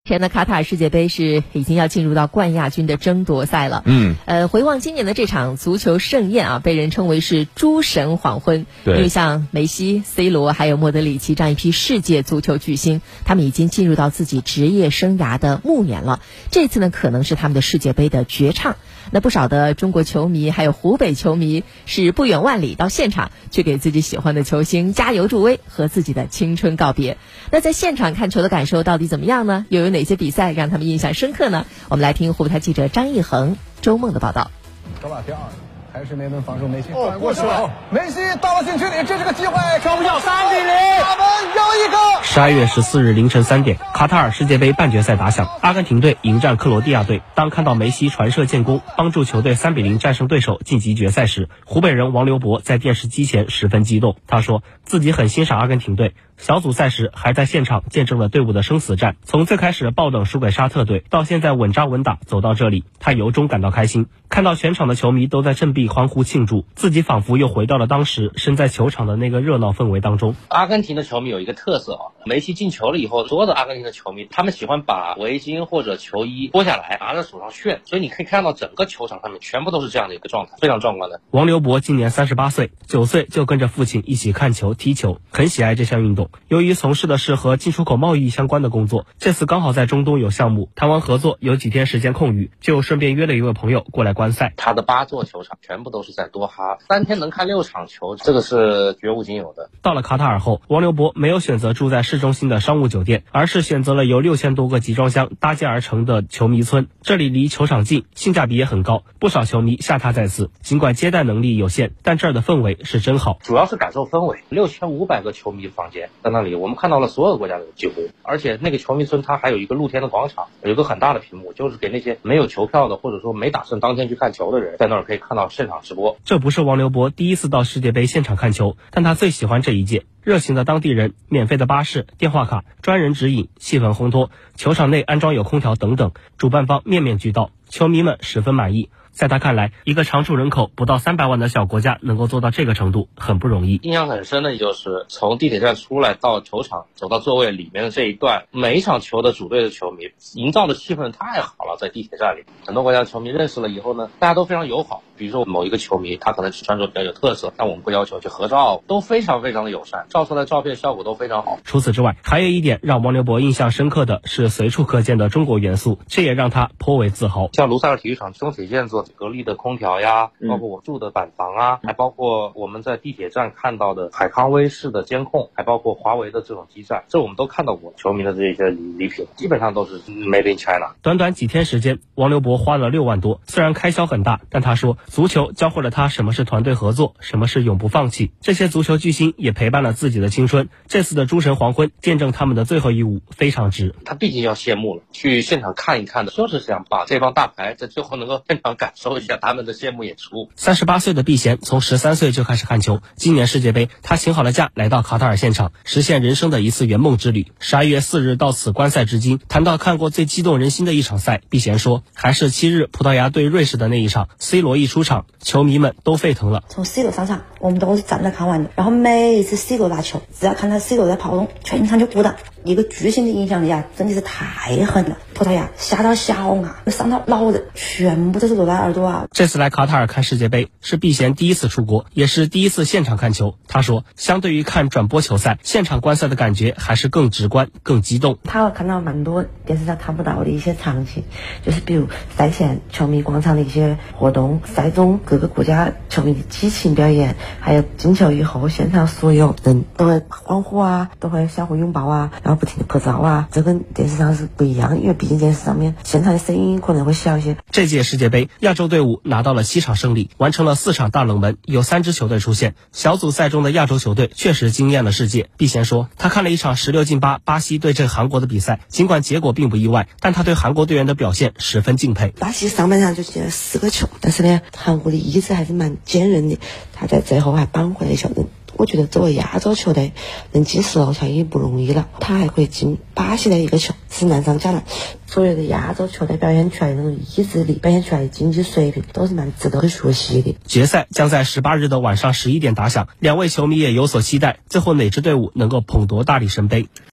前的卡塔尔世界杯是已经要进入到冠亚军的争夺赛了。回望今年的这场足球盛宴啊，被人称为是诸神黄昏。因为像梅西、C 罗还有莫德里奇这样一批世界足球巨星，他们已经进入到自己职业生涯的暮年了。这次呢，可能是他们的世界杯的绝唱。那不少的中国球迷还有湖北球迷是不远万里到现场去给自己喜欢的球星加油助威，和自己的青春告别。那在现场看球的感受到底怎么样呢？又有哪些比赛让他们印象深刻呢？我们来听湖北台记者张毅恒、周梦的报道。 格瓦迪奥还是没能防住梅西，转过去了，梅西到了禁区里，这是个机会， 中要3-0， 大门有一个。 12月14日凌晨3点，卡塔尔世界杯半决赛打响，阿根廷队迎战克罗地亚队。当看到梅西传射建功，帮助球队3-0战胜对手晋级决赛时，湖北人王刘博在电视机前十分激动。他说自己很欣赏阿根廷队，小组赛时还在现场见证了队伍的生死战，从最开始爆冷输给沙特队，到现在稳扎稳打走到这里，他由衷感到开心。看到全场的球迷都在振臂欢呼庆祝，自己仿佛又回到了当时身在球场的那个热闹氛围当中。 阿根廷的球迷有一个特色梅西进球了以后，所有的阿根廷的球迷他们喜欢把围巾或者球衣脱下来拿在手上炫，所以你可以看到整个球场上面全部都是这样的一个状态，非常壮观的。 王刘博今年38岁，9岁就跟着父亲一起看球踢球，很喜爱这项运动。由于从事的是和进出口贸易相关的工作，这次刚好在中东有项目，谈完合作有几天时间空余，就顺便约了一位朋友过来观赛。 他的8座球场全部都是在多哈，3天能看6场球，这个是绝无仅有的。 到了卡塔尔后，王刘博没有选择住在市中心的商务酒店，而是选择了由6000多个集装箱搭建而成的球迷村。这里离球场近，性价比也很高，不少球迷下榻在此。尽管接待能力有限，但这儿的氛围是真好。 主要是感受氛围，6500个球迷房间在那里，我们看到了所有国家的几乎，而且那个球迷村它还有一个露天的广场，有一个很大的屏幕，就是给那些没有球票的或者说没打算当天去看球的人，在那儿可以看到现场直播。 这不是王刘博第一次到世界杯现场看球，但他最喜欢这一届。热情的当地人、免费的巴士、电话卡、专人指引、气氛烘托，球场内安装有空调等等，主办方面面俱到，球迷们十分满意。在他看来，一个常住人口不到300万的小国家能够做到这个程度很不容易。 印象很深的就是从地铁站出来到球场走到座位里面的这一段，每一场球的主队的球迷营造的气氛太好了。在地铁站里，很多国家的球迷认识了以后呢，大家都非常友好。比如说某一个球迷他可能穿着比较有特色，但我们不要求去合照，都非常非常的友善，照出来照片效果都非常好。 除此之外，还有一点让王刘博印象深刻的是随处可见的中国元素，这也让他颇为自豪。 像卢塞尔体育场中铁建做格力的空调呀，包括我住的板房啊，还包括我们在地铁站看到的海康威视的监控，还包括华为的这种基站，这我们都看到过。球迷的这些礼品基本上都是 Made in China。 短短几天时间，王刘博花了6万多，虽然开销很大，但他说足球教会了他什么是团队合作，什么是永不放弃。这些足球巨星也陪伴了自己的青春，这次的诸神黄昏见证他们的最后一舞，非常值。 他毕竟要谢幕了，去现场看一看的，就是想把这帮大牌在最后能够现场感受一下他们的谢幕演出。 38岁的毕贤从13岁就开始看球，今年世界杯他请好了假来到卡塔尔现场，实现人生的一次圆梦之旅。11月4日到此观赛至今，谈到看过最激动人心的一场赛，毕贤说还是7日葡萄牙对瑞士的那一场， C 罗一出场，球迷们都沸腾了。 从 C 罗上场我们都是站着看完的，然后每一次 C 罗拿球，只要看到 C 罗在跑动，全场就鼓掌。一个巨星的影响力啊，真的是太狠了。葡萄牙下到小啊，上到老人，全部都是罗纳尔多啊。 这次来卡塔尔看世界杯是毕贤第一次出国，也是第一次现场看球。他说相对于看转播球赛，现场观赛的感觉还是更直观更激动。 他看到蛮多电视上看不到的一些场景，就是比如赛前球迷广场的一些活动，赛中各个国家球迷的激情表演，还有进球以后现场所有人都会欢呼啊，都会相互拥抱啊，然后不停的拍照啊，这跟电视上是不一样，因为毕竟电视上面现场的声音可能会小一些。 这届世界杯亚洲队伍拿到了7场胜利，完成了4场大冷门，有3支球队出现。小组赛中的亚洲球队确实惊艳了世界。毕贤说他看了一场16进8巴西对阵韩国的比赛，尽管结果并不意外，但他对韩国队员的表现十分敬佩。 巴西上半场就进了4个球，但是呢韩国的意志还是蛮坚韧的，他在最后还扳回了一球。我觉得作为亚洲球队能进16强已经不容易了，他还可以进巴西的一个球，是难上加难。所有的亚洲球队表现出来的那种意志力，表现出来的竞技水平都是蛮值得学习的。 决赛将在18日的晚上11点打响，2位球迷也有所期待，最后哪支队伍能够捧夺大力神杯。